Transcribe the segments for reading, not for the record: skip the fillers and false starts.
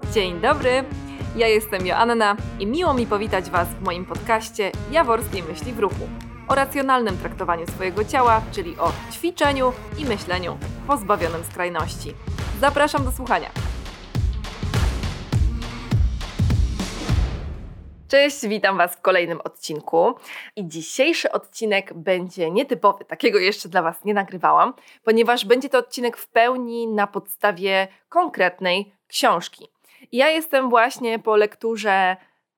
Dzień dobry, ja jestem Joanna i miło mi powitać Was w moim podcaście Jaworskiej Myśli w Ruchu o racjonalnym traktowaniu swojego ciała, czyli o ćwiczeniu i myśleniu pozbawionym skrajności. Zapraszam do słuchania. Cześć, witam Was w kolejnym odcinku i dzisiejszy odcinek będzie nietypowy, takiego jeszcze dla Was nie nagrywałam, ponieważ będzie to odcinek w pełni na podstawie konkretnej książki. I ja jestem właśnie po lekturze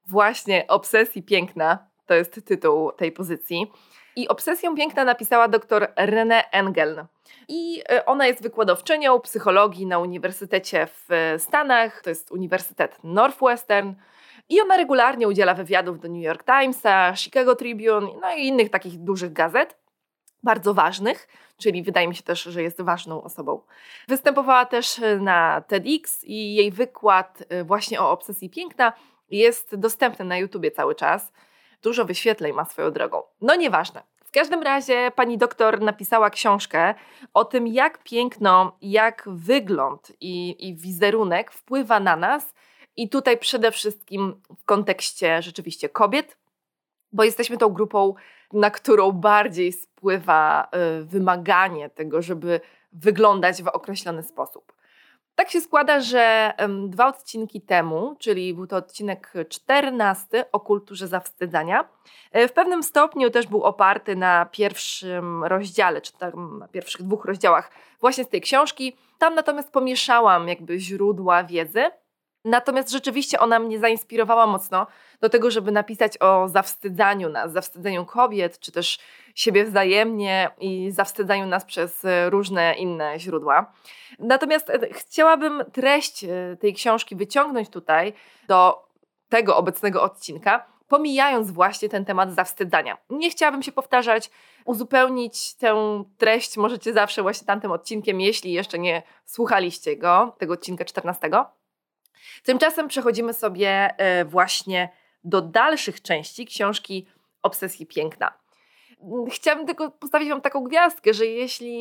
Obsesji Piękna, to jest tytuł tej pozycji. I Obsesję Piękna napisała dr Renée Engeln. I ona jest wykładowczynią psychologii na uniwersytecie w Stanach, to jest Uniwersytet Northwestern. I ona regularnie udziela wywiadów do New York Timesa, Chicago Tribune, no i innych takich dużych gazet, bardzo ważnych, czyli wydaje mi się też, że jest ważną osobą. Występowała też na TEDx i jej wykład właśnie o obsesji piękna jest dostępny na YouTubie cały czas. Dużo wyświetleń ma swoją drogą. No nieważne. W każdym razie pani doktor napisała książkę o tym, jak piękno, jak wygląd i wizerunek wpływa na nas. I tutaj przede wszystkim w kontekście rzeczywiście kobiet, bo jesteśmy tą grupą, na którą bardziej spływa wymaganie tego, żeby wyglądać w określony sposób. Tak się składa, że 2 odcinki temu, czyli był to odcinek 14 o kulturze zawstydzania, w pewnym stopniu też był oparty na pierwszym rozdziale, czy tam na pierwszych 2 rozdziałach właśnie z tej książki. Tam natomiast pomieszałam jakby źródła wiedzy. Natomiast rzeczywiście ona mnie zainspirowała mocno do tego, żeby napisać o zawstydzaniu nas, zawstydzaniu kobiet, czy też siebie wzajemnie i zawstydzaniu nas przez różne inne źródła. Natomiast chciałabym treść tej książki wyciągnąć tutaj do tego obecnego odcinka, pomijając właśnie ten temat zawstydzania. Nie chciałabym się powtarzać, uzupełnić tę treść możecie zawsze właśnie tamtym odcinkiem, jeśli jeszcze nie słuchaliście go, tego odcinka 14. Tymczasem przechodzimy sobie właśnie do dalszych części książki Obsesji Piękna. Chciałabym tylko postawić Wam taką gwiazdkę, że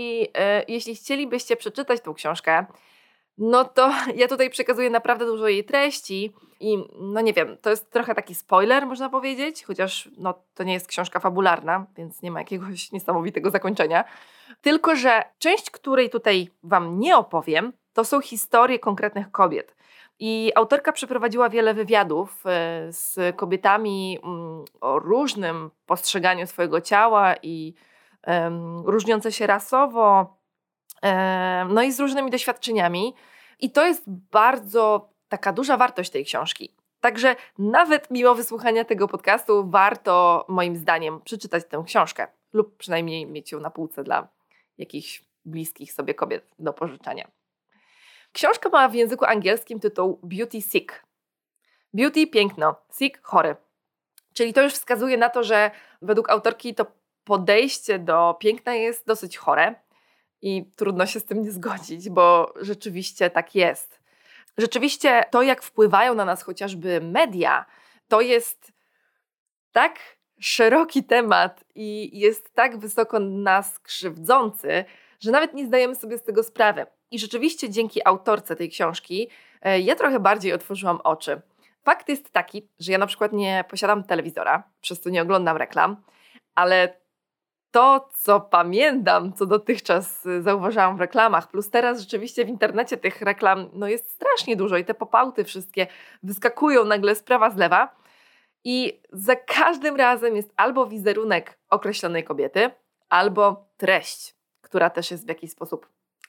jeśli chcielibyście przeczytać tą książkę, no to ja tutaj przekazuję naprawdę dużo jej treści i no nie wiem, to jest trochę taki spoiler, można powiedzieć, chociaż no, to nie jest książka fabularna, więc nie ma jakiegoś niesamowitego zakończenia. Tylko że część, której tutaj Wam nie opowiem, to są historie konkretnych kobiet. I autorka przeprowadziła wiele wywiadów z kobietami o różnym postrzeganiu swojego ciała i różniące się rasowo, no i z różnymi doświadczeniami. I to jest bardzo taka duża wartość tej książki. Także nawet mimo wysłuchania tego podcastu warto moim zdaniem przeczytać tę książkę lub przynajmniej mieć ją na półce dla jakichś bliskich sobie kobiet do pożyczenia. Książka ma w języku angielskim tytuł Beauty Sick. Beauty, piękno, sick, chory. Czyli to już wskazuje na to, że według autorki to podejście do piękna jest dosyć chore i trudno się z tym nie zgodzić, bo rzeczywiście tak jest. Rzeczywiście to, jak wpływają na nas chociażby media, to jest tak szeroki temat i jest tak wysoko nas krzywdzący, że nawet nie zdajemy sobie z tego sprawy. I rzeczywiście dzięki autorce tej książki ja trochę bardziej otworzyłam oczy. Fakt jest taki, że ja na przykład nie posiadam telewizora, przez to nie oglądam reklam, ale to, co pamiętam, co dotychczas zauważyłam w reklamach, plus teraz rzeczywiście w internecie tych reklam jest strasznie dużo i te pop-outy wszystkie wyskakują nagle z prawa, z lewa i za każdym razem jest albo wizerunek określonej kobiety, albo treść, która też jest w jakiś sposób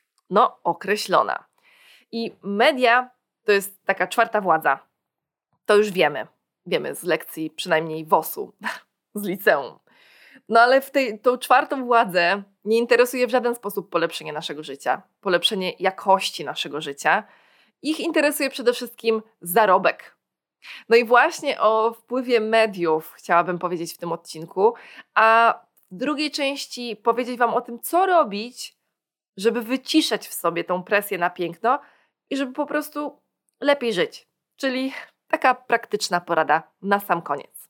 określona. I media to jest taka 4. władza. To już wiemy. Wiemy z lekcji przynajmniej WOS-u, z liceum. No ale tą 4. władzę nie interesuje w żaden sposób polepszenie naszego życia, polepszenie jakości naszego życia. Ich interesuje przede wszystkim zarobek. No i właśnie o wpływie mediów chciałabym powiedzieć w tym odcinku, a w drugiej części powiedzieć Wam o tym, co robić, żeby wyciszać w sobie tą presję na piękno i żeby po prostu lepiej żyć. Czyli taka praktyczna porada na sam koniec.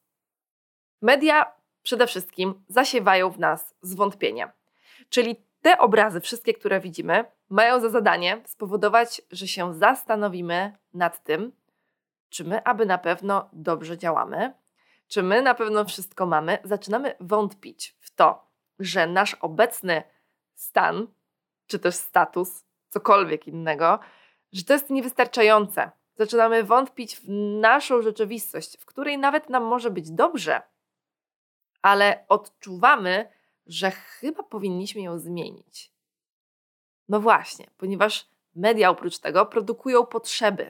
Media przede wszystkim zasiewają w nas zwątpienie. Czyli te obrazy, wszystkie, które widzimy, mają za zadanie spowodować, że się zastanowimy nad tym, czy my aby na pewno dobrze działamy, czy my na pewno wszystko mamy, zaczynamy wątpić w to, że nasz obecny stan, czy też status, cokolwiek innego, że to jest niewystarczające. Zaczynamy wątpić w naszą rzeczywistość, w której nawet nam może być dobrze, ale odczuwamy, że chyba powinniśmy ją zmienić. No właśnie, ponieważ media oprócz tego produkują potrzeby.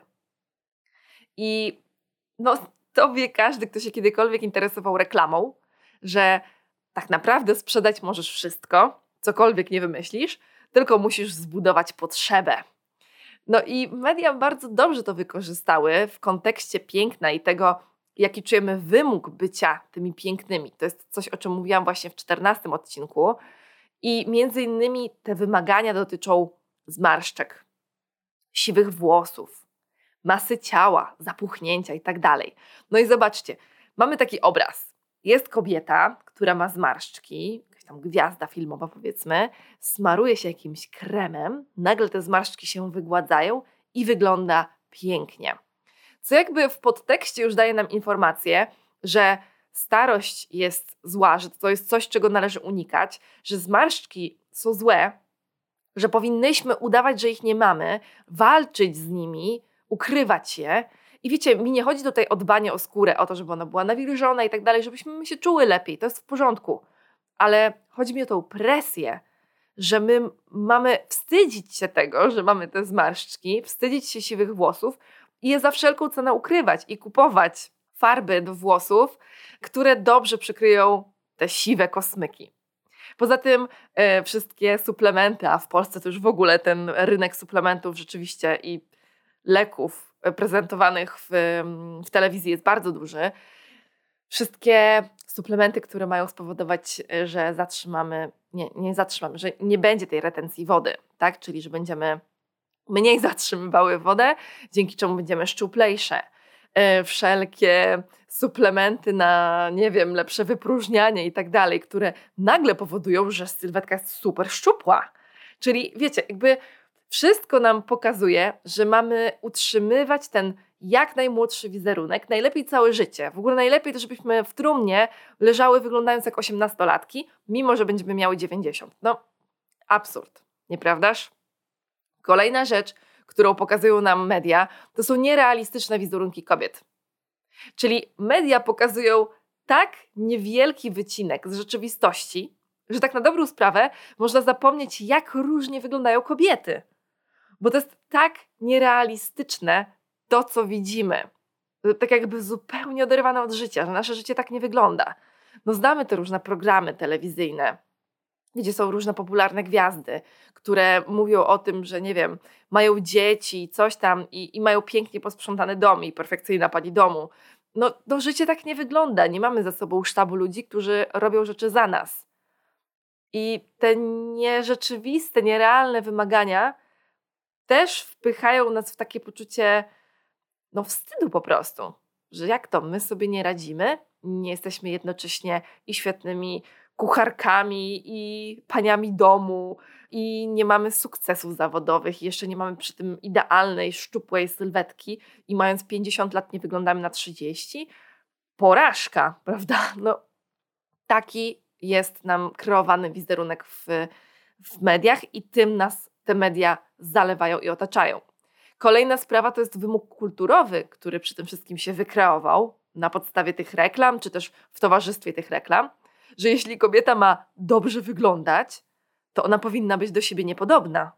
I to wie każdy, kto się kiedykolwiek interesował reklamą, że tak naprawdę sprzedać możesz wszystko, cokolwiek nie wymyślisz, tylko musisz zbudować potrzebę. No i media bardzo dobrze to wykorzystały w kontekście piękna i tego, jaki czujemy wymóg bycia tymi pięknymi. To jest coś, o czym mówiłam właśnie w 14 odcinku. I między innymi te wymagania dotyczą zmarszczek, siwych włosów, masy ciała, zapuchnięcia i tak dalej. No i zobaczcie, mamy taki obraz. Jest kobieta, która ma zmarszczki, jakaś tam gwiazda filmowa powiedzmy, smaruje się jakimś kremem, nagle te zmarszczki się wygładzają i wygląda pięknie. Co jakby w podtekście już daje nam informację, że starość jest zła, że to jest coś, czego należy unikać, że zmarszczki są złe, że powinnyśmy udawać, że ich nie mamy, walczyć z nimi, ukrywać je. I wiecie, mi nie chodzi tutaj o dbanie o skórę, o to, żeby ona była nawilżona i tak dalej, żebyśmy się czuły lepiej, to jest w porządku. Ale chodzi mi o tą presję, że my mamy wstydzić się tego, że mamy te zmarszczki, wstydzić się siwych włosów i je za wszelką cenę ukrywać i kupować farby do włosów, które dobrze przykryją te siwe kosmyki. Poza tym wszystkie suplementy, a w Polsce to już w ogóle ten rynek suplementów rzeczywiście i leków prezentowanych w telewizji jest bardzo duży. Wszystkie suplementy, które mają spowodować, że że nie będzie tej retencji wody, tak? Czyli że będziemy mniej zatrzymywały wodę, dzięki czemu będziemy szczuplejsze. Wszelkie suplementy na, lepsze wypróżnianie i tak dalej, które nagle powodują, że sylwetka jest super szczupła. Czyli wiecie, jakby wszystko nam pokazuje, że mamy utrzymywać ten jak najmłodszy wizerunek, najlepiej całe życie. W ogóle najlepiej to, żebyśmy w trumnie leżały wyglądając jak 18-latki, mimo że będziemy miały 90. Absurd, nieprawdaż? Kolejna rzecz, którą pokazują nam media, to są nierealistyczne wizerunki kobiet. Czyli media pokazują tak niewielki wycinek z rzeczywistości, że tak na dobrą sprawę można zapomnieć, jak różnie wyglądają kobiety. Bo to jest tak nierealistyczne to, co widzimy. Tak jakby zupełnie oderwane od życia, że nasze życie tak nie wygląda. Znamy te różne programy telewizyjne, gdzie są różne popularne gwiazdy, które mówią o tym, że mają dzieci, coś tam i mają pięknie posprzątany dom i perfekcyjna pani domu. Życie tak nie wygląda. Nie mamy za sobą sztabu ludzi, którzy robią rzeczy za nas. I te nierzeczywiste, nierealne wymagania też wpychają nas w takie poczucie wstydu po prostu. Że jak to, my sobie nie radzimy? Nie jesteśmy jednocześnie i świetnymi kucharkami i paniami domu i nie mamy sukcesów zawodowych i jeszcze nie mamy przy tym idealnej, szczupłej sylwetki i mając 50 lat nie wyglądamy na 30. Porażka, prawda? Taki jest nam kreowany wizerunek w mediach i tym nas te media zalewają i otaczają. Kolejna sprawa to jest wymóg kulturowy, który przy tym wszystkim się wykreował na podstawie tych reklam, czy też w towarzystwie tych reklam, że jeśli kobieta ma dobrze wyglądać, to ona powinna być do siebie niepodobna.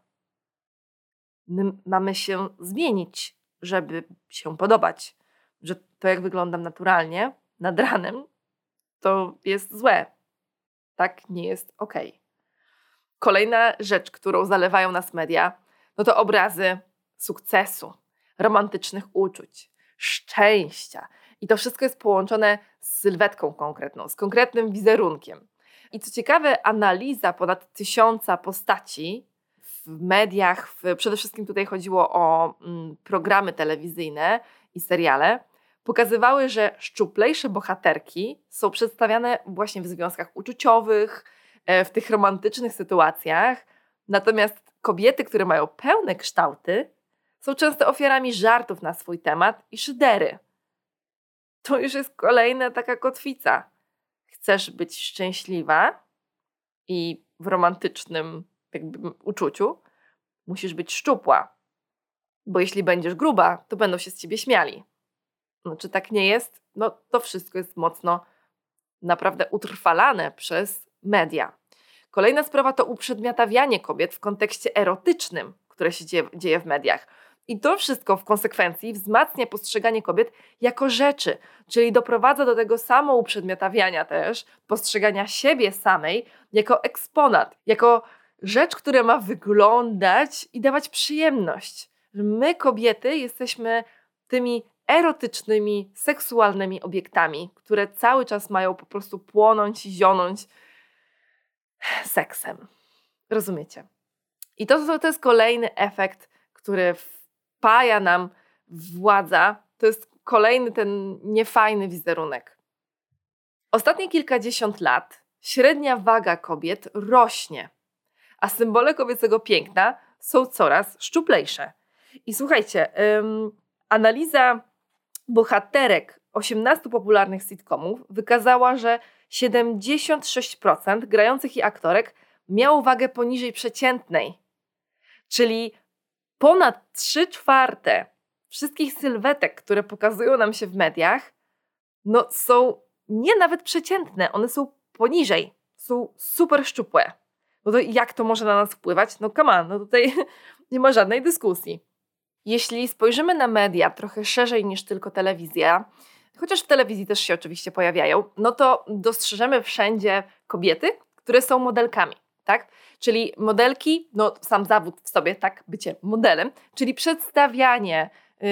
My mamy się zmienić, żeby się podobać. Że to, jak wyglądam naturalnie, nad ranem, to jest złe. Tak nie jest okej. Kolejna rzecz, którą zalewają nas media, to obrazy sukcesu, romantycznych uczuć, szczęścia. I to wszystko jest połączone z sylwetką konkretną, z konkretnym wizerunkiem. I co ciekawe, analiza ponad 1000 postaci w mediach, przede wszystkim tutaj chodziło o programy telewizyjne i seriale, pokazywały, że szczuplejsze bohaterki są przedstawiane właśnie w związkach uczuciowych, w tych romantycznych sytuacjach, natomiast kobiety, które mają pełne kształty, są często ofiarami żartów na swój temat i szydery. To już jest kolejna taka kotwica. Chcesz być szczęśliwa i w romantycznym jakby uczuciu musisz być szczupła. Bo jeśli będziesz gruba, to będą się z ciebie śmiali. No czy tak nie jest? No to wszystko jest mocno naprawdę utrwalane przez media. Kolejna sprawa to uprzedmiotawianie kobiet w kontekście erotycznym, które się dzieje w mediach. I to wszystko w konsekwencji wzmacnia postrzeganie kobiet jako rzeczy, czyli doprowadza do tego samo uprzedmiotawiania też, postrzegania siebie samej jako eksponat, jako rzecz, która ma wyglądać i dawać przyjemność. My, kobiety, jesteśmy tymi erotycznymi, seksualnymi obiektami, które cały czas mają po prostu płonąć i zionąć seksem. Rozumiecie? I to jest kolejny efekt, który wpaja nam władza. To jest kolejny ten niefajny wizerunek. Ostatnie kilkadziesiąt lat średnia waga kobiet rośnie, a symbole kobiecego piękna są coraz szczuplejsze. I słuchajcie, analiza bohaterek 18 popularnych sitcomów wykazała, że 76% grających i aktorek miało wagę poniżej przeciętnej. Czyli ponad 3/4 wszystkich sylwetek, które pokazują nam się w mediach, no są nie nawet przeciętne, one są poniżej, są super szczupłe. No to jak to może na nas wpływać? No come on, no tutaj nie ma żadnej dyskusji. Jeśli spojrzymy na media trochę szerzej niż tylko telewizja, chociaż w telewizji też się oczywiście pojawiają, no to dostrzeżemy wszędzie kobiety, które są modelkami, tak? Czyli modelki, no sam zawód w sobie, tak, bycie modelem, czyli przedstawianie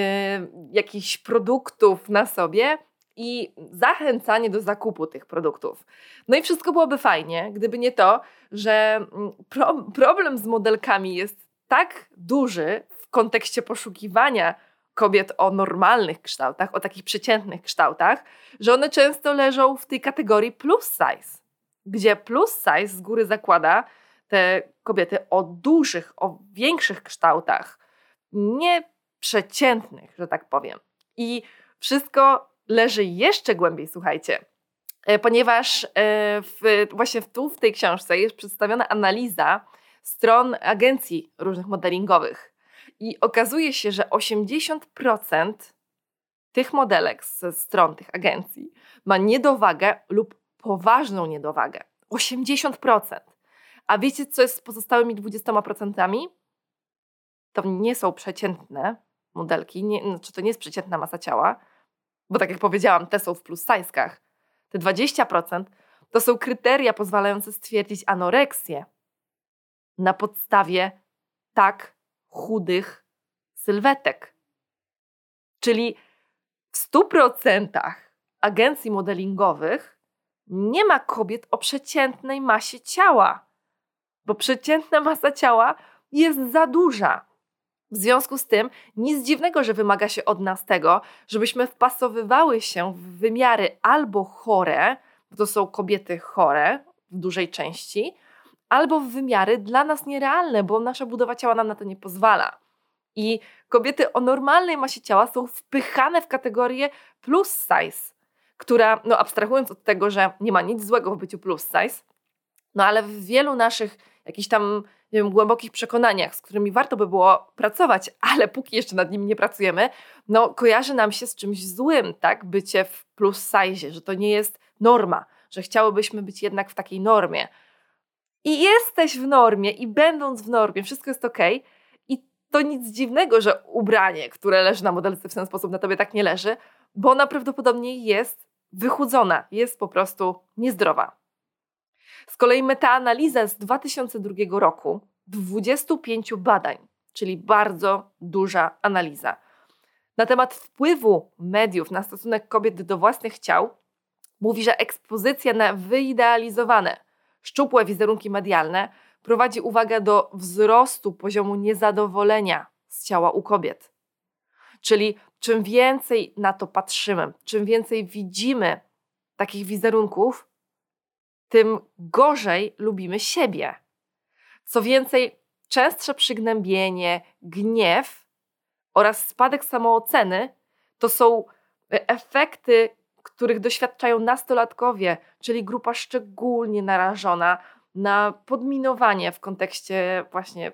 jakichś produktów na sobie i zachęcanie do zakupu tych produktów. No i wszystko byłoby fajnie, gdyby nie to, że problem z modelkami jest tak duży w kontekście poszukiwania kobiet o normalnych kształtach, o takich przeciętnych kształtach, że one często leżą w tej kategorii plus size, gdzie plus size z góry zakłada te kobiety o dużych, o większych kształtach, nie przeciętnych, że tak powiem. I wszystko leży jeszcze głębiej, słuchajcie, ponieważ właśnie w tej książce jest przedstawiona analiza stron agencji różnych modelingowych. I okazuje się, że 80% tych modelek ze stron tych agencji ma niedowagę lub poważną niedowagę. 80%. A wiecie, co jest z pozostałymi 20%? To nie są przeciętne modelki, to nie jest przeciętna masa ciała, bo tak jak powiedziałam, te są w plus size'kach. Te 20% to są kryteria pozwalające stwierdzić anoreksję na podstawie tak chudych sylwetek. Czyli w 100% agencji modelingowych nie ma kobiet o przeciętnej masie ciała, bo przeciętna masa ciała jest za duża. W związku z tym nic dziwnego, że wymaga się od nas tego, żebyśmy wpasowywały się w wymiary albo chore, bo to są kobiety chore w dużej części, albo w wymiary dla nas nierealne, bo nasza budowa ciała nam na to nie pozwala. I kobiety o normalnej masie ciała są wpychane w kategorię plus size, która, no abstrahując od tego, że nie ma nic złego w byciu plus size, no ale w wielu naszych jakichś tam, nie wiem, głębokich przekonaniach, z którymi warto by było pracować, ale póki jeszcze nad nimi nie pracujemy, no kojarzy nam się z czymś złym, tak? Bycie w plus size, że to nie jest norma, że chciałybyśmy być jednak w takiej normie. I jesteś w normie i będąc w normie, wszystko jest okej. I to nic dziwnego, że ubranie, które leży na modelce w ten sposób, na tobie tak nie leży, bo ona prawdopodobnie jest wychudzona, jest po prostu niezdrowa. Z kolei metaanaliza z 2002 roku 25 badań, czyli bardzo duża analiza, na temat wpływu mediów na stosunek kobiet do własnych ciał mówi, że ekspozycja na wyidealizowane, szczupłe wizerunki medialne prowadzi, uwaga, do wzrostu poziomu niezadowolenia z ciała u kobiet. Czyli czym więcej na to patrzymy, czym więcej widzimy takich wizerunków, tym gorzej lubimy siebie. Co więcej, częstsze przygnębienie, gniew oraz spadek samooceny to są efekty, których doświadczają nastolatkowie, czyli grupa szczególnie narażona na podminowanie w kontekście właśnie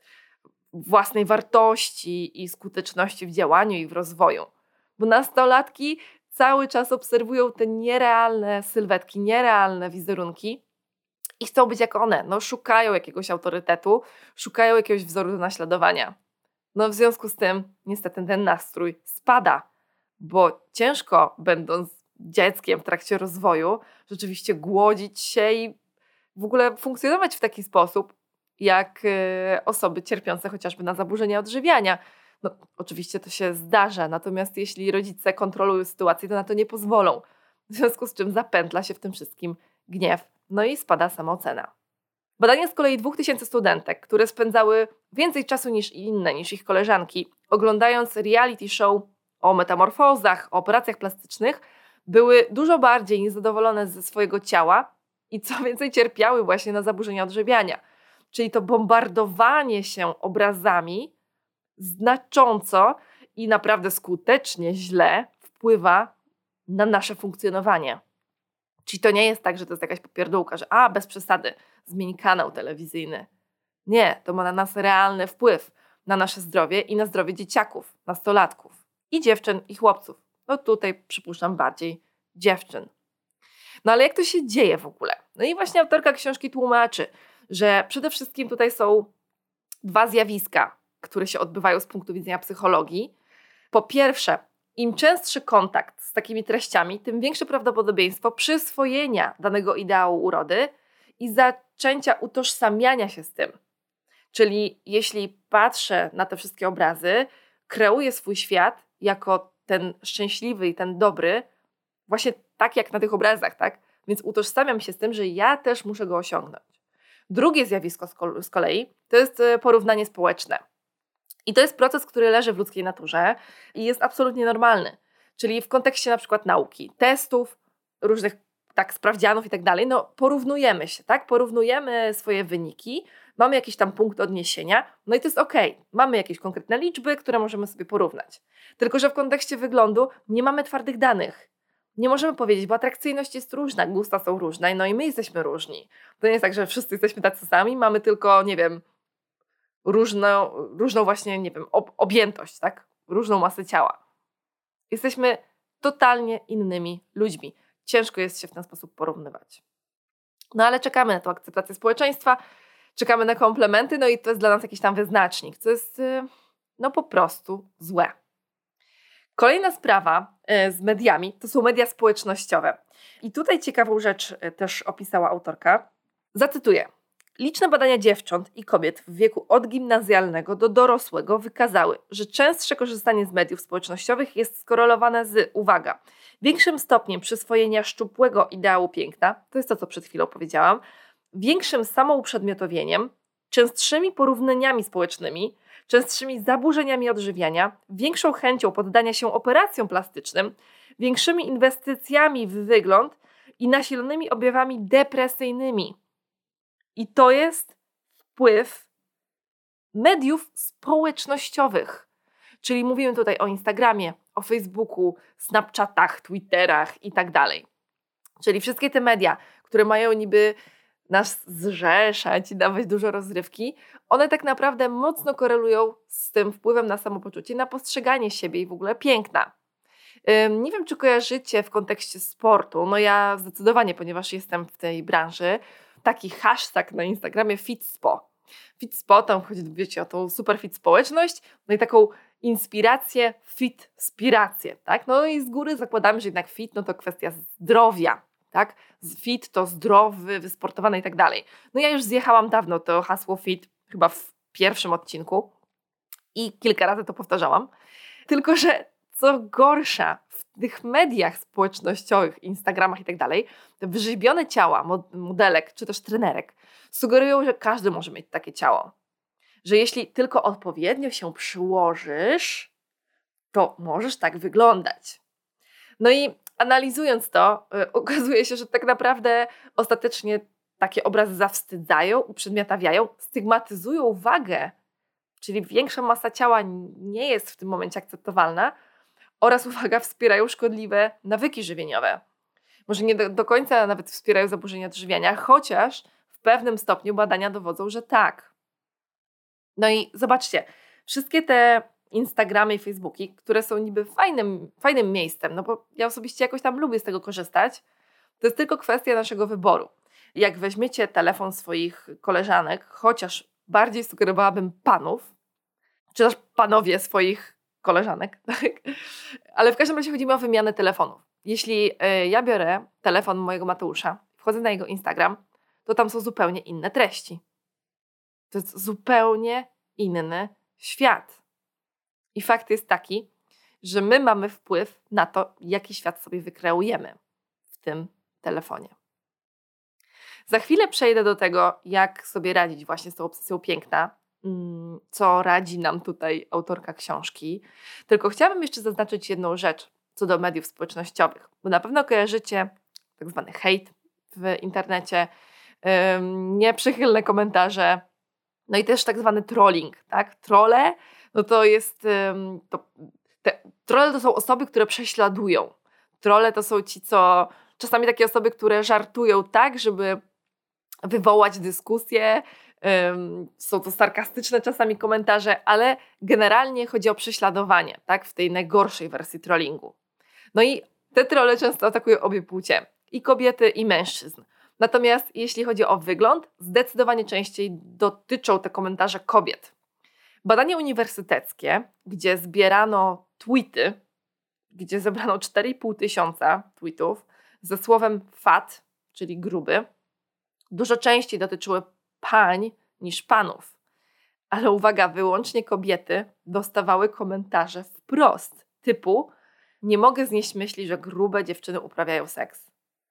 własnej wartości i skuteczności w działaniu i w rozwoju. Bo nastolatki cały czas obserwują te nierealne sylwetki, nierealne wizerunki i chcą być jak one. No, szukają jakiegoś autorytetu, szukają jakiegoś wzoru do naśladowania. No w związku z tym niestety ten nastrój spada, bo ciężko, będąc dzieckiem w trakcie rozwoju, rzeczywiście głodzić się i w ogóle funkcjonować w taki sposób, jak osoby cierpiące chociażby na zaburzenia odżywiania. No, oczywiście to się zdarza, natomiast jeśli rodzice kontrolują sytuację, to na to nie pozwolą. W związku z czym zapętla się w tym wszystkim gniew, no i spada samoocena. Badania z kolei 2000 studentek, które spędzały więcej czasu niż inne, niż ich koleżanki, oglądając reality show o metamorfozach, o operacjach plastycznych, były dużo bardziej niezadowolone ze swojego ciała i co więcej cierpiały właśnie na zaburzenia odżywiania. Czyli to bombardowanie się obrazami znacząco i naprawdę skutecznie źle wpływa na nasze funkcjonowanie. Czyli to nie jest tak, że to jest jakaś popierdółka, że bez przesady, zmień kanał telewizyjny. Nie, to ma na nas realny wpływ na nasze zdrowie i na zdrowie dzieciaków, nastolatków i dziewczyn i chłopców. No tutaj przypuszczam bardziej dziewczyn. No ale jak to się dzieje w ogóle? No i właśnie autorka książki tłumaczy, że przede wszystkim tutaj są dwa zjawiska, które się odbywają z punktu widzenia psychologii. Po pierwsze, im częstszy kontakt z takimi treściami, tym większe prawdopodobieństwo przyswojenia danego ideału urody i zaczęcia utożsamiania się z tym. Czyli jeśli patrzę na te wszystkie obrazy, kreuję swój świat jako ten szczęśliwy i ten dobry, właśnie tak jak na tych obrazach, tak? Więc utożsamiam się z tym, że ja też muszę go osiągnąć. Drugie zjawisko z kolei to jest porównanie społeczne. I to jest proces, który leży w ludzkiej naturze i jest absolutnie normalny. Czyli w kontekście na przykład nauki, testów, różnych sprawdzianów i tak dalej, no porównujemy się, tak? Porównujemy swoje wyniki, mamy jakiś tam punkt odniesienia, no i to jest okej. Mamy jakieś konkretne liczby, które możemy sobie porównać. Tylko że w kontekście wyglądu nie mamy twardych danych. Nie możemy powiedzieć, bo atrakcyjność jest różna, gusta są różne, no i my jesteśmy różni. To nie jest tak, że wszyscy jesteśmy tacy sami, mamy tylko, nie wiem, różną właśnie, nie wiem, objętość, tak? Różną masę ciała. Jesteśmy totalnie innymi ludźmi. Ciężko jest się w ten sposób porównywać. No ale czekamy na tą akceptację społeczeństwa, czekamy na komplementy, no i to jest dla nas jakiś tam wyznacznik, co jest no po prostu złe. Kolejna sprawa z mediami to są media społecznościowe. I tutaj ciekawą rzecz też opisała autorka. Zacytuję. Liczne badania dziewcząt i kobiet w wieku od gimnazjalnego do dorosłego wykazały, że częstsze korzystanie z mediów społecznościowych jest skorelowane z, uwaga, większym stopniem przyswojenia szczupłego ideału piękna, to jest to, co przed chwilą powiedziałam, większym samouprzedmiotowieniem, częstszymi porównaniami społecznymi, częstszymi zaburzeniami odżywiania, większą chęcią poddania się operacjom plastycznym, większymi inwestycjami w wygląd i nasilonymi objawami depresyjnymi. I to jest wpływ mediów społecznościowych. Czyli mówimy tutaj o Instagramie, o Facebooku, Snapchatach, Twitterach i tak dalej. Czyli wszystkie te media, które mają niby nas zrzeszać i dawać dużo rozrywki, one tak naprawdę mocno korelują z tym wpływem na samopoczucie, na postrzeganie siebie i w ogóle piękna. Nie wiem, czy kojarzycie w kontekście sportu, no ja zdecydowanie, ponieważ jestem w tej branży, taki hashtag na Instagramie FitSpo. FitSpo, tam chodzi, wiecie, o tą super fit społeczność, no i taką inspirację, fit-spirację, tak? No i z góry zakładamy, że jednak fit, no to kwestia zdrowia, tak? Fit to zdrowy, wysportowany i tak dalej. No ja już zjechałam dawno to hasło fit, chyba w pierwszym odcinku i kilka razy to powtarzałam, tylko że co gorsza, w tych mediach społecznościowych, Instagramach i tak dalej, te wyrzeźbione ciała modelek czy też trenerek sugerują, że każdy może mieć takie ciało. Że jeśli tylko odpowiednio się przyłożysz, to możesz tak wyglądać. No i analizując to, okazuje się, że tak naprawdę ostatecznie takie obrazy zawstydzają, uprzedmiotawiają, stygmatyzują wagę czyli większa masa ciała nie jest w tym momencie akceptowalna oraz, uwaga, wspierają szkodliwe nawyki żywieniowe. Może nie do końca nawet wspierają zaburzenia odżywiania, chociaż w pewnym stopniu badania dowodzą, że tak. No i zobaczcie, wszystkie te Instagramy i Facebooki, które są niby fajnym miejscem, no bo ja osobiście jakoś tam lubię z tego korzystać, to jest tylko kwestia naszego wyboru. Jak weźmiecie telefon swoich koleżanek, chociaż bardziej sugerowałabym panów, czy też panowie swoich koleżanek, tak? Ale w każdym razie chodzi mi o wymianę telefonów. Jeśli ja biorę telefon mojego Mateusza, wchodzę na jego Instagram, to tam są zupełnie inne treści. To jest zupełnie inny świat. I fakt jest taki, że my mamy wpływ na to, jaki świat sobie wykreujemy w tym telefonie. Za chwilę przejdę do tego, jak sobie radzić właśnie z tą obsesją piękna, co radzi nam tutaj autorka książki. Tylko chciałabym jeszcze zaznaczyć jedną rzecz co do mediów społecznościowych, bo na pewno kojarzycie tak zwany hejt w internecie, nieprzychylne komentarze, no i też tak zwany trolling, tak? Trolle, no to jest, trolle to są osoby, które prześladują. Trolle to są ci, co czasami takie osoby, które żartują tak, żeby wywołać dyskusję. Są to sarkastyczne czasami komentarze, ale generalnie chodzi o prześladowanie, tak? W tej najgorszej wersji trollingu. No i te trolle często atakują obie płcie, i kobiety, i mężczyzn. Natomiast jeśli chodzi o wygląd, zdecydowanie częściej dotyczą te komentarze kobiet. Badanie uniwersyteckie, gdzie zbierano tweety, gdzie zebrano 4,5 tysiąca tweetów ze słowem fat, czyli gruby, dużo częściej dotyczyły pań niż panów. Ale uwaga, wyłącznie kobiety dostawały komentarze wprost, typu nie mogę znieść myśli, że grube dziewczyny uprawiają seks.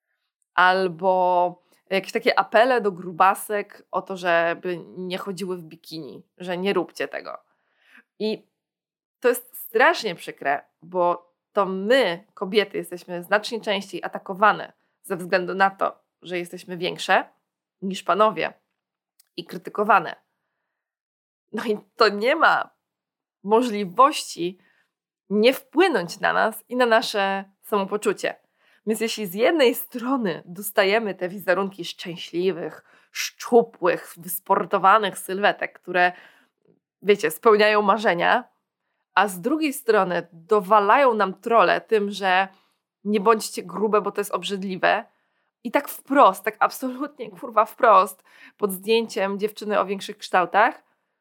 Albo jakieś takie apele do grubasek o to, żeby nie chodziły w bikini, że nie róbcie tego. I to jest strasznie przykre, bo to my, kobiety, jesteśmy znacznie częściej atakowane ze względu na to, że jesteśmy większe niż panowie i krytykowane. No i to nie ma możliwości nie wpłynąć na nas i na nasze samopoczucie. Więc jeśli z jednej strony dostajemy te wizerunki szczęśliwych, szczupłych, wysportowanych sylwetek, które, wiecie, spełniają marzenia, a z drugiej strony dowalają nam trolle tym, że nie bądźcie grube, bo to jest obrzydliwe, i tak wprost, tak absolutnie wprost, pod zdjęciem dziewczyny o większych kształtach,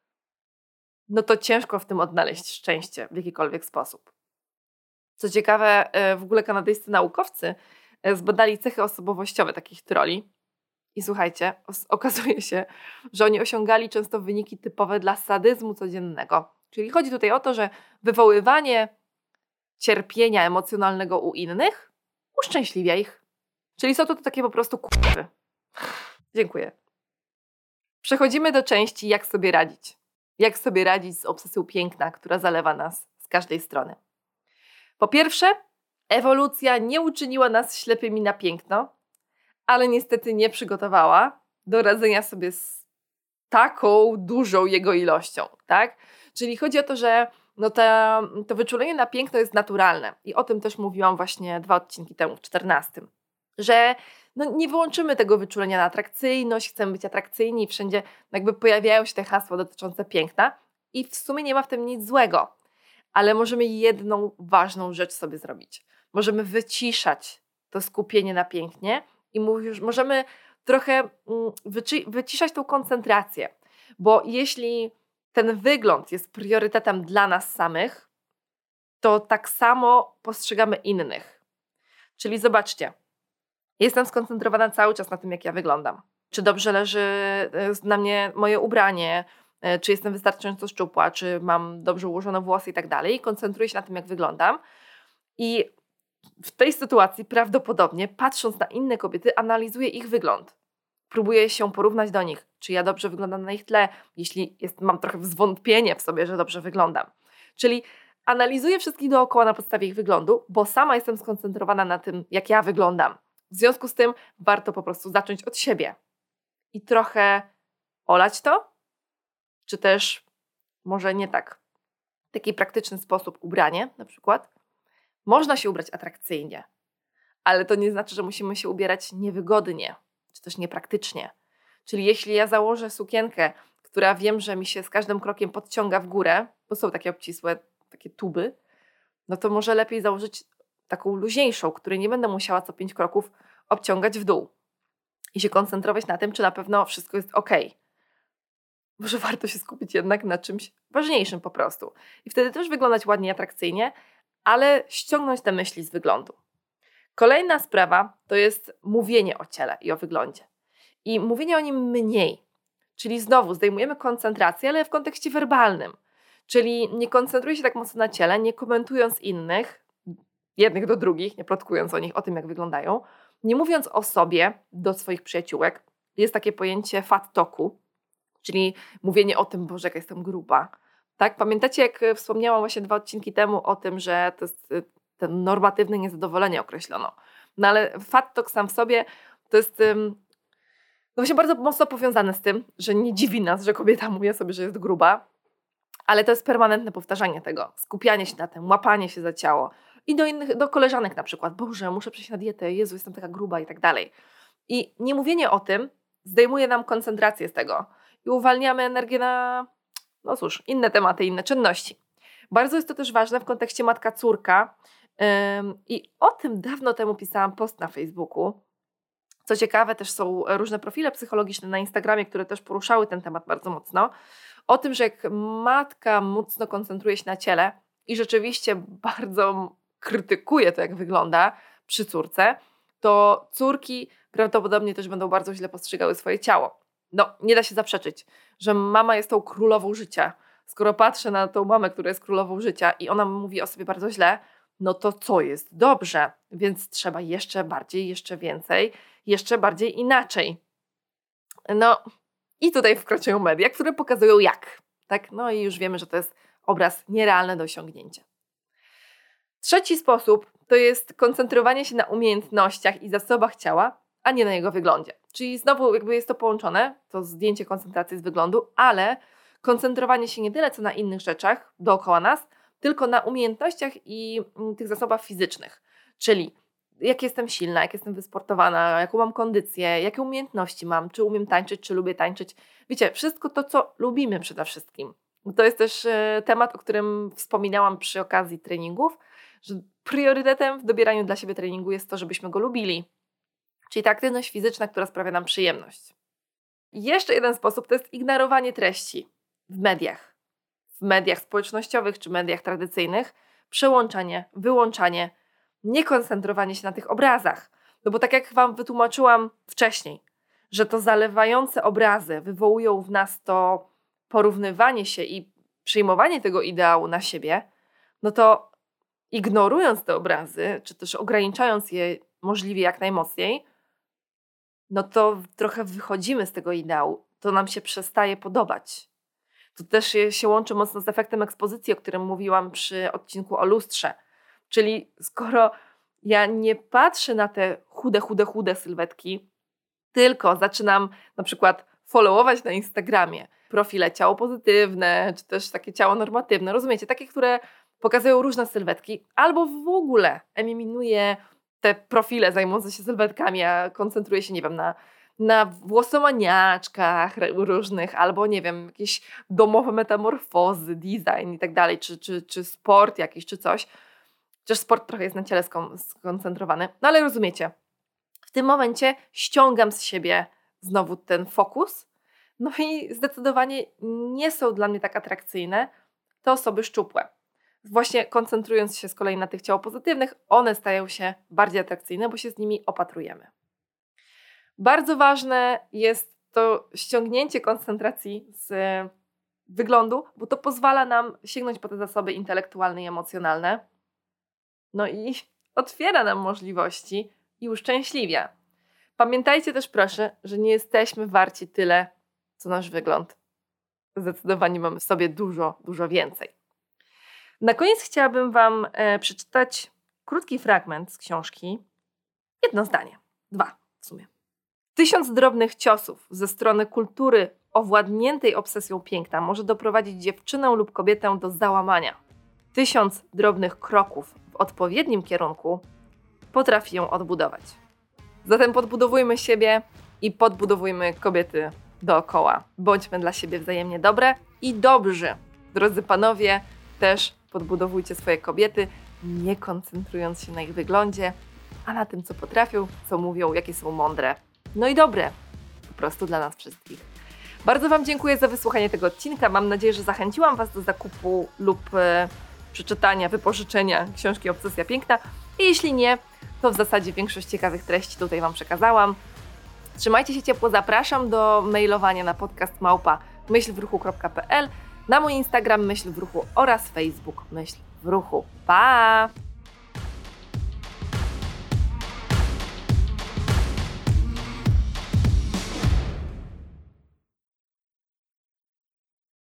no to ciężko w tym odnaleźć szczęście w jakikolwiek sposób. Co ciekawe, w ogóle kanadyjscy naukowcy zbadali cechy osobowościowe takich trolli i słuchajcie, okazuje się, że oni osiągali często wyniki typowe dla sadyzmu codziennego. Czyli chodzi tutaj o to, że wywoływanie cierpienia emocjonalnego u innych uszczęśliwia ich. Czyli są to takie po prostu kurwy. Dziękuję. Przechodzimy do części jak sobie radzić. Jak sobie radzić z obsesją piękna, która zalewa nas z każdej strony. Po pierwsze, ewolucja nie uczyniła nas ślepymi na piękno, ale niestety nie przygotowała do radzenia sobie z taką dużą jego ilością, tak? Czyli chodzi o to, że to wyczulenie na piękno jest naturalne i o tym też mówiłam właśnie 2 odcinki temu, w 14. Że nie wyłączymy tego wyczulenia na atrakcyjność, chcemy być atrakcyjni i wszędzie jakby pojawiają się te hasła dotyczące piękna i w sumie nie ma w tym nic złego. Ale możemy jedną ważną rzecz sobie zrobić. Możemy wyciszać to skupienie na pięknie i możemy trochę wyciszać tą koncentrację. Bo jeśli ten wygląd jest priorytetem dla nas samych, to tak samo postrzegamy innych. Czyli zobaczcie, jestem skoncentrowana cały czas na tym, jak ja wyglądam. Czy dobrze leży na mnie moje ubranie, czy jestem wystarczająco szczupła, czy mam dobrze ułożone włosy i tak dalej. Koncentruję się na tym, jak wyglądam. I w tej sytuacji prawdopodobnie, patrząc na inne kobiety, analizuję ich wygląd. Próbuję się porównać do nich, czy ja dobrze wyglądam na ich tle, jeśli mam trochę zwątpienie w sobie, że dobrze wyglądam. Czyli analizuję wszystkich dookoła na podstawie ich wyglądu, bo sama jestem skoncentrowana na tym, jak ja wyglądam. W związku z tym warto po prostu zacząć od siebie i trochę olać to, czy też może nie tak, w taki praktyczny sposób ubranie na przykład. Można się ubrać atrakcyjnie, ale to nie znaczy, że musimy się ubierać niewygodnie, czy też niepraktycznie. Czyli jeśli ja założę sukienkę, która wiem, że mi się z każdym krokiem podciąga w górę, bo są takie obcisłe, takie tuby, no to może lepiej założyć taką luźniejszą, której nie będę musiała co 5 kroków obciągać w dół i się koncentrować na tym, czy na pewno wszystko jest ok. Może warto się skupić jednak na czymś ważniejszym po prostu. I wtedy też wyglądać ładnie, atrakcyjnie, ale ściągnąć te myśli z wyglądu. Kolejna sprawa to jest mówienie o ciele i o wyglądzie. I mówienie o nim mniej. Czyli znowu zdejmujemy koncentrację, ale w kontekście werbalnym. Czyli nie koncentruję się tak mocno na ciele, nie komentując innych, jednych do drugich, nie plotkując o nich, o tym jak wyglądają, nie mówiąc o sobie do swoich przyjaciółek. Jest takie pojęcie fat talku, czyli mówienie o tym, Boże, jak jestem gruba. Tak? Pamiętacie, jak wspomniałam właśnie 2 odcinki temu o tym, że to jest ten normatywne niezadowolenie określono. No ale fat talk sam w sobie to jest właśnie bardzo mocno powiązane z tym, że nie dziwi nas, że kobieta mówi sobie, że jest gruba, ale to jest permanentne powtarzanie tego, skupianie się na tym, łapanie się za ciało. I do innych, do koleżanek na przykład, Boże, muszę przejść na dietę, Jezu, jestem taka gruba i tak dalej. I nie mówienie o tym zdejmuje nam koncentrację z tego i uwalniamy energię na, no cóż, inne tematy, inne czynności. Bardzo jest to też ważne w kontekście matka-córka i o tym dawno temu pisałam post na Facebooku. Co ciekawe, też są różne profile psychologiczne na Instagramie, które też poruszały ten temat bardzo mocno. O tym, że jak matka mocno koncentruje się na ciele i rzeczywiście bardzo krytykuje to, jak wygląda przy córce, to córki prawdopodobnie też będą bardzo źle postrzegały swoje ciało. No, nie da się zaprzeczyć, że mama jest tą królową życia. Skoro patrzę na tą mamę, która jest królową życia i ona mówi o sobie bardzo źle, no to co jest dobrze? Więc trzeba jeszcze bardziej, jeszcze więcej, jeszcze bardziej inaczej. No i tutaj wkraczają media, które pokazują jak. Tak? No i już wiemy, że to jest obraz nierealny do osiągnięcia. Trzeci sposób to jest koncentrowanie się na umiejętnościach i zasobach ciała, a nie na jego wyglądzie. Czyli znowu jakby jest to połączone, to zdjęcie koncentracji z wyglądu, ale koncentrowanie się nie tyle co na innych rzeczach dookoła nas, tylko na umiejętnościach i tych zasobach fizycznych. Czyli jak jestem silna, jak jestem wysportowana, jaką mam kondycję, jakie umiejętności mam, czy umiem tańczyć, czy lubię tańczyć. Wiecie, wszystko to, co lubimy przede wszystkim. To jest też temat, o którym wspominałam przy okazji treningów, że priorytetem w dobieraniu dla siebie treningu jest to, żebyśmy go lubili. Czyli ta aktywność fizyczna, która sprawia nam przyjemność. I jeszcze jeden sposób to jest ignorowanie treści w mediach. W mediach społecznościowych czy mediach tradycyjnych. Przełączanie, wyłączanie, nie koncentrowanie się na tych obrazach. No bo tak jak Wam wytłumaczyłam wcześniej, że to zalewające obrazy wywołują w nas to porównywanie się i przyjmowanie tego ideału na siebie, no to ignorując te obrazy, czy też ograniczając je możliwie jak najmocniej, no to trochę wychodzimy z tego ideału. To nam się przestaje podobać. To też się łączy mocno z efektem ekspozycji, o którym mówiłam przy odcinku o lustrze. Czyli skoro ja nie patrzę na te chude sylwetki, tylko zaczynam na przykład followować na Instagramie profile ciało pozytywne, czy też takie ciało normatywne, rozumiecie? Takie, które pokazują różne sylwetki, albo w ogóle eliminuję te profile zajmujące się sylwetkami, a koncentruję się, nie wiem, na włosomaniaczkach różnych, albo nie wiem, jakieś domowe metamorfozy, design i tak dalej, czy sport jakiś, czy coś. Chociaż sport trochę jest na ciele skoncentrowany. No ale rozumiecie, w tym momencie ściągam z siebie znowu ten fokus, no i zdecydowanie nie są dla mnie tak atrakcyjne te osoby szczupłe. Właśnie koncentrując się z kolei na tych ciało pozytywnych, one stają się bardziej atrakcyjne, bo się z nimi opatrujemy. Bardzo ważne jest to ściągnięcie koncentracji z wyglądu, bo to pozwala nam sięgnąć po te zasoby intelektualne i emocjonalne. No i otwiera nam możliwości i uszczęśliwia. Pamiętajcie też proszę, że nie jesteśmy warci tyle, co nasz wygląd. Zdecydowanie mamy w sobie dużo, dużo więcej. Na koniec chciałabym Wam przeczytać krótki fragment z książki. 1 zdanie. 2 w sumie. 1000 drobnych ciosów ze strony kultury owładniętej obsesją piękna może doprowadzić dziewczynę lub kobietę do załamania. 1000 drobnych kroków w odpowiednim kierunku potrafi ją odbudować. Zatem podbudowujmy siebie i podbudowujmy kobiety dookoła. Bądźmy dla siebie wzajemnie dobre i dobrzy. Drodzy panowie, też podbudowujcie swoje kobiety, nie koncentrując się na ich wyglądzie, a na tym, co potrafią, co mówią, jakie są mądre. No i dobre. Po prostu dla nas wszystkich. Bardzo Wam dziękuję za wysłuchanie tego odcinka. Mam nadzieję, że zachęciłam Was do zakupu lub przeczytania, wypożyczenia książki Obsesja Piękna. I jeśli nie, to w zasadzie większość ciekawych treści tutaj Wam przekazałam. Trzymajcie się ciepło, zapraszam do mailowania na podcast@myślwruchu.pl, na mój Instagram Myśl w Ruchu oraz Facebook Myśl w Ruchu. Pa!